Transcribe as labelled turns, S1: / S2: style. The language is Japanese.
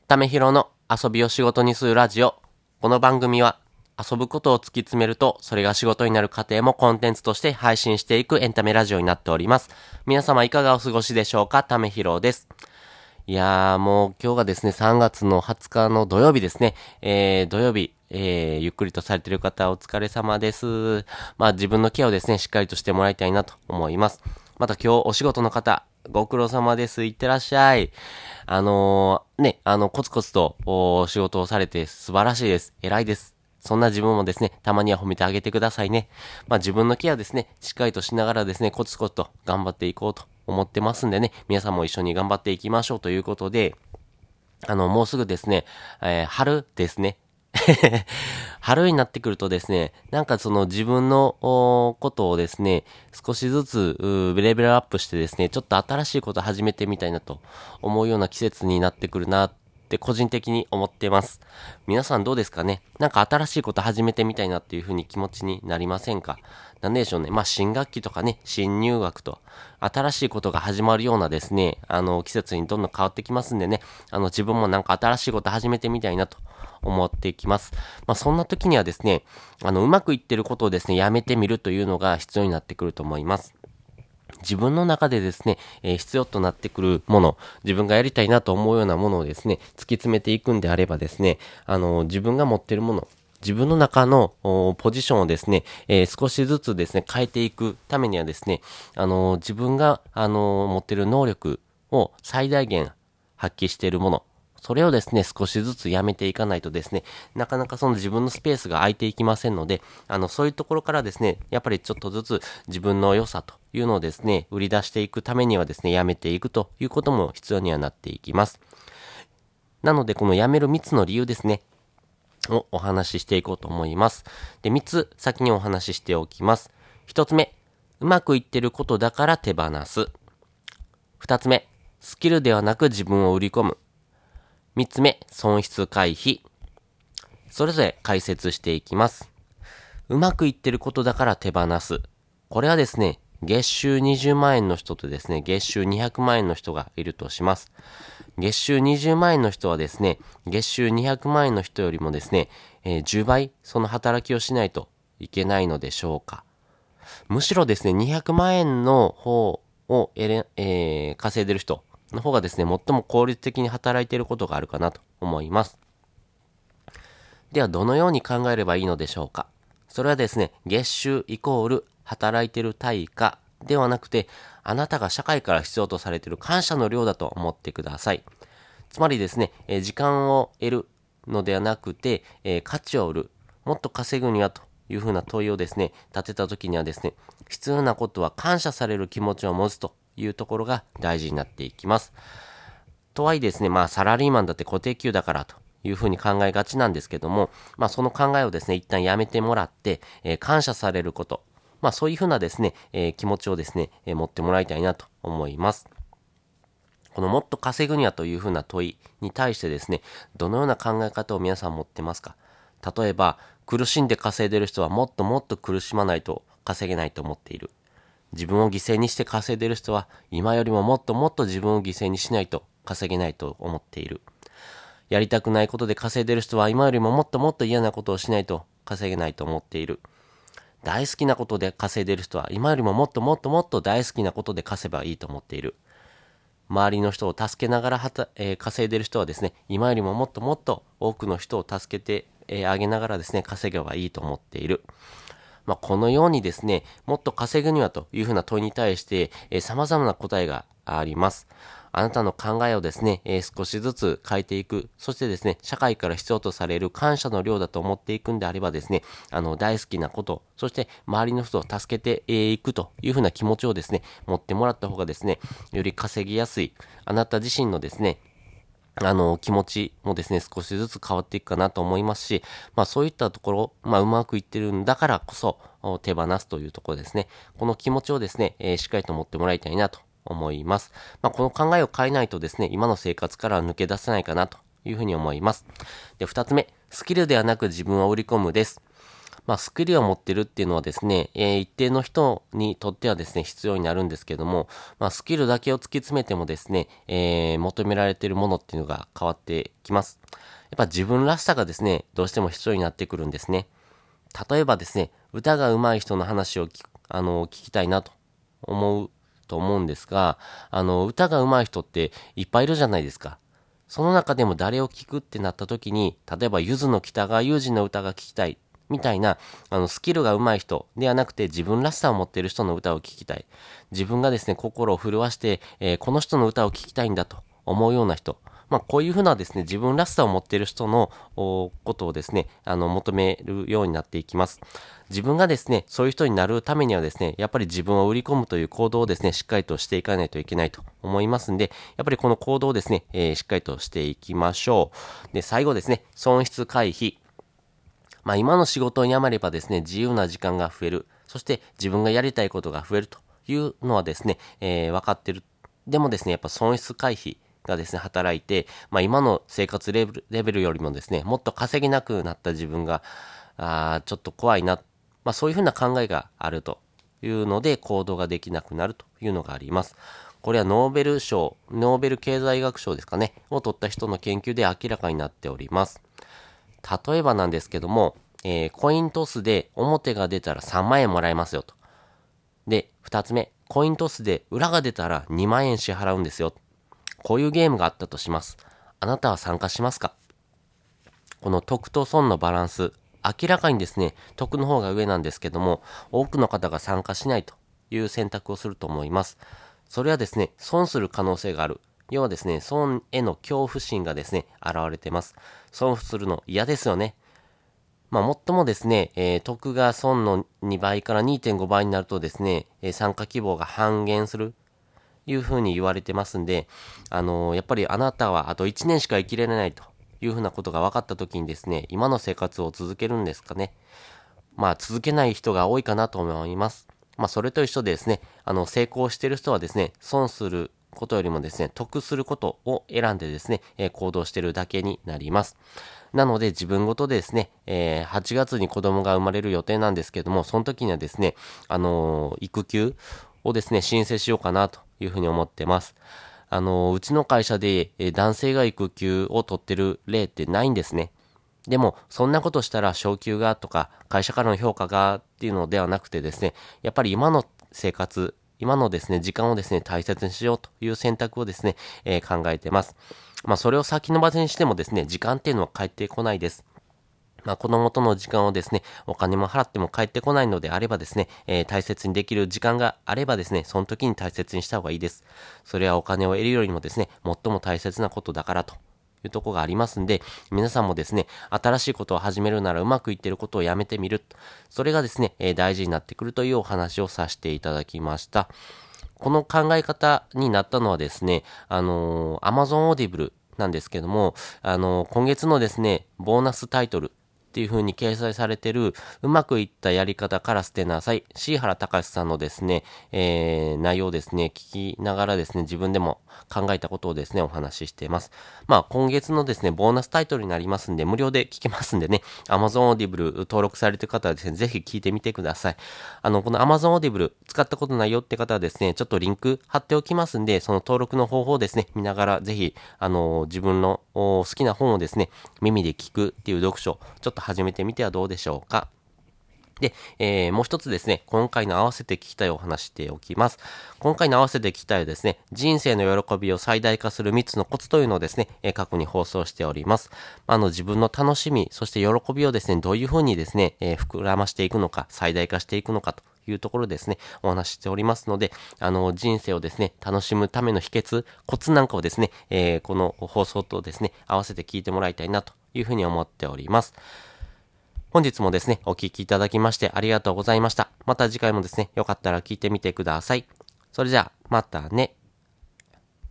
S1: ためひろの遊びを仕事にするラジオ。この番組は遊ぶことを突き詰めるとそれが仕事になる過程もコンテンツとして配信していくエンタメラジオになっております。皆様いかがお過ごしでしょうか。ためひろです。いやーもう今日がですね3月の20日の土曜日ですね。土曜日、ゆっくりとされている方お疲れ様です。自分のケアをですねしっかりとしてもらいたいなと思います。また今日お仕事の方ご苦労様です。いってらっしゃい。コツコツとお仕事をされて素晴らしいです。偉いです。そんな自分もですね、たまには褒めてあげてくださいね。自分のケアですね、しっかりとしながらですね、コツコツと頑張っていこうと思ってますんでね、皆さんも一緒に頑張っていきましょうということで、もうすぐですね、春ですね。春になってくるとですね、なんかその自分のことをですね、少しずつレベルアップしてですね、ちょっと新しいこと始めてみたいなと思うような季節になってくるなって個人的に思ってます。皆さんどうですかね。なんか新しいこと始めてみたいなっていう風に気持ちになりませんか。なんでしょうね。新学期とかね、新入学と、新しいことが始まるようなですね、季節にどんどん変わってきますんでね、自分もなんか新しいこと始めてみたいなと思ってきます。そんな時にはですね、うまくいってることをですね、やめてみるというのが必要になってくると思います。自分の中でですね、必要となってくるもの、自分がやりたいなと思うようなものをですね、突き詰めていくんであればですね、自分が持っているもの、自分の中のポジションをですね、少しずつですね、変えていくためにはですね、自分が、持っている能力を最大限発揮しているもの、それをですね、少しずつやめていかないとですね、なかなかその自分のスペースが空いていきませんので、そういうところからですね、やっぱりちょっとずつ自分の良さというのをですね、売り出していくためにはですね、やめていくということも必要にはなっていきます。なので、このやめる3つの理由ですね、をお話ししていこうと思います。で、3つ先にお話ししておきます。1つ目、うまくいってることだから手放す。2つ目、スキルではなく自分を売り込む。3つ目、損失回避。それぞれ解説していきます。うまくいってることだから手放す。これはですね、月収20万円の人とですね、月収200万円の人がいるとします。月収20万円の人はですね、月収200万円の人よりもですね、10倍その働きをしないといけないのでしょうか。むしろですね、200万円の方を稼いでる人の方がですね、最も効率的に働いていることがあるかなと思います。では、どのように考えればいいのでしょうか。それはですね、月収イコール働いている対価ではなくて、あなたが社会から必要とされている感謝の量だと思ってください。つまりですね、時間を得るのではなくて、価値を売る。もっと稼ぐにはというふうな問いをですね、立てたときにはですね、必要なことは感謝される気持ちを持つというところが大事になっていきます。とはいえですね、サラリーマンだって固定給だからというふうに考えがちなんですけども、その考えをですね、一旦やめてもらって、感謝されること、そういうふうなですね、気持ちをですね、持ってもらいたいなと思います。このもっと稼ぐにはというふうな問いに対してですね、どのような考え方を皆さん持ってますか？例えば、苦しんで稼いでる人はもっともっと苦しまないと稼げないと思っている。自分を犠牲にして稼いでる人は今よりももっともっと自分を犠牲にしないと稼げないと思っている。やりたくないことで稼いでる人は今よりももっともっと嫌なことをしないと稼げないと思っている。大好きなことで稼いでる人は今よりももっともっともっと大好きなことで稼げばいいと思っている。周りの人を助けながら稼いでる人はですね、今よりももっともっと多くの人を助けてあげながらですね、稼げばいいと思っている。このようにですね、もっと稼ぐにはというふうな問いに対して、様々な答えがあります。あなたの考えをですね、少しずつ変えていく。そしてですね、社会から必要とされる感謝の量だと思っていくんであればですね、大好きなこと、そして周りの人を助けていくというふうな気持ちをですね、持ってもらった方がですね、より稼ぎやすい、あなた自身のですね、気持ちもですね、少しずつ変わっていくかなと思いますし、そういったところ、うまくいってるんだからこそ、手放すというところですね。この気持ちをですね、しっかりと持ってもらいたいなと思います。この考えを変えないとですね、今の生活から抜け出せないかなというふうに思います。で、二つ目、スキルではなく自分を売り込むです。 スキルを持ってるっていうのはですね、一定の人にとってはですね、必要になるんですけども、スキルだけを突き詰めてもですね、求められているものっていうのが変わってきます。やっぱ自分らしさがですね、どうしても必要になってくるんですね。例えばですね、歌が上手い人の話を聞きたいなと思うんですが、歌が上手い人っていっぱいいるじゃないですか。その中でも誰を聞くってなった時に、例えばゆずの北川悠仁の歌が聞きたい。みたいな、スキルが上手い人ではなくて自分らしさを持っている人の歌を聞きたい。自分がですね、心を震わして、この人の歌を聞きたいんだと思うような人。こういうふうなですね、自分らしさを持っている人のことをですね、求めるようになっていきます。自分がですね、そういう人になるためにはですね、やっぱり自分を売り込むという行動をですね、しっかりとしていかないといけないと思いますんで、やっぱりこの行動をですね、しっかりとしていきましょう。で、最後ですね、損失回避。今の仕事に余ればですね、自由な時間が増える。そして自分がやりたいことが増えるというのはですね、分かってる。でもですね、やっぱ損失回避がですね、働いて、今の生活レベルよりもですね、もっと稼げなくなった自分が、ちょっと怖いな。そういうふうな考えがあるというので、行動ができなくなるというのがあります。これはノーベル経済学賞ですかね、を取った人の研究で明らかになっております。例えばなんですけども、コイントスで表が出たら3万円もらえますよと。で、2つ目、コイントスで裏が出たら2万円支払うんですよ。こういうゲームがあったとします。あなたは参加しますか？この得と損のバランス、明らかにですね、得の方が上なんですけども、多くの方が参加しないという選択をすると思います。それはですね、損する可能性がある。要はですね、損への恐怖心がですね、現れてます。損するの嫌ですよね。もっともですね、得が損の2倍から2.5倍になるとですね、参加希望が半減する、いうふうに言われてますんで、やっぱりあなたはあと1年しか生きれないというふうなことが分かった時にですね、今の生活を続けるんですかね。続けない人が多いかなと思います。それと一緒でですね、成功している人はですね、損することよりもですね、得することを選んでですね、行動しているだけになります。なので自分ごとでですね、8月に子供が生まれる予定なんですけども、その時にはですね、育休をですね、申請しようかなというふうに思ってます。うちの会社で、男性が育休を取ってる例ってないんですね。でも、そんなことしたら昇給がとか、会社からの評価がっていうのではなくてですね、やっぱり今の生活、今のですね、時間をですね、大切にしようという選択をですね、考えてます。それを先延ばしにしてもですね、時間っていうのは返ってこないです。子供との時間をですね、お金も払っても返ってこないのであればですね、大切にできる時間があればですね、その時に大切にした方がいいです。それはお金を得るよりもですね、最も大切なことだからというところがありますんで、皆さんもですね、新しいことを始めるならうまくいっていることをやめてみる。それがですね、大事になってくるというお話をさせていただきました。この考え方になったのはですね、Amazon Audible なんですけども、今月のですね、ボーナスタイトル、っていう風に掲載されてる、うまくいったやり方から捨てなさい。椎原隆さんのですね、内容をですね、聞きながらですね、自分でも考えたことをですね、お話ししています。今月のですね、ボーナスタイトルになりますんで、無料で聞けますんでね、Amazon Audible 登録されてる方はですね、ぜひ聞いてみてください。この Amazon Audible 使ったことないよって方はですね、ちょっとリンク貼っておきますんで、その登録の方法をですね、見ながら、ぜひ、自分の好きな本をですね、耳で聞くっていう読書、ちょっと始めてみてはどうでしょうか。で、もう一つですね、今回の合わせて聞きたいお話しておきます。今回の合わせて聞きたいはですね、人生の喜びを最大化する3つのコツというのをですね、過去に放送しております。自分の楽しみ、そして喜びをですね、どういうふうにですね、膨らましていくのか、最大化していくのかというところですね、お話ししておりますので、人生をですね、楽しむための秘訣、コツなんかをですね、この放送とですね、合わせて聞いてもらいたいなというふうに思っております。本日もですね、お聞きいただきましてありがとうございました。また次回もですね、よかったら聞いてみてください。それじゃあ、またね。